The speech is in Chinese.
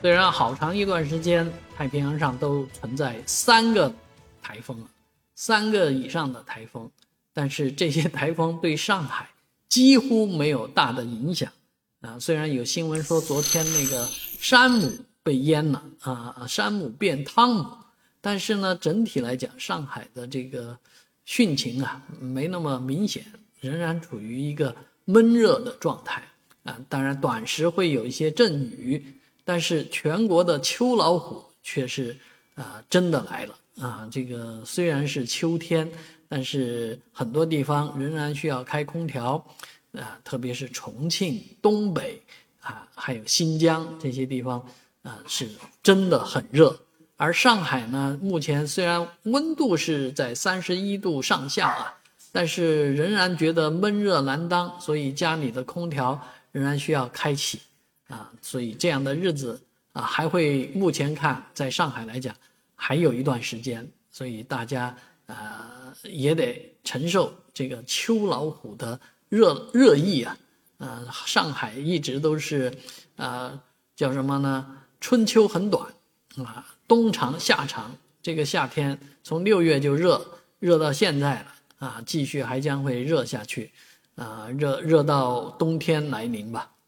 虽然好长一段时间太平洋上都存在3个台风了，3个以上的台风，但是这些台风对上海几乎没有大的影响虽然有新闻说昨天那个山姆被淹了山姆变汤姆，但是呢，整体来讲，上海的这个汛情没那么明显，仍然处于一个闷热的状态当然短时会有一些阵雨，但是全国的秋老虎却是真的来了这个虽然是秋天，但是很多地方仍然需要开空调特别是重庆、东北还有新疆这些地方是真的很热。而上海呢，目前虽然温度是在31度上下但是仍然觉得闷热难当，所以家里的空调仍然需要开启所以这样的日子还会目前看在上海来讲还有一段时间，所以大家也得承受这个秋老虎的热议上海一直都是叫什么呢？春秋很短冬长夏长，这个夏天从6月就热到现在了继续还将会热下去热到冬天来临吧。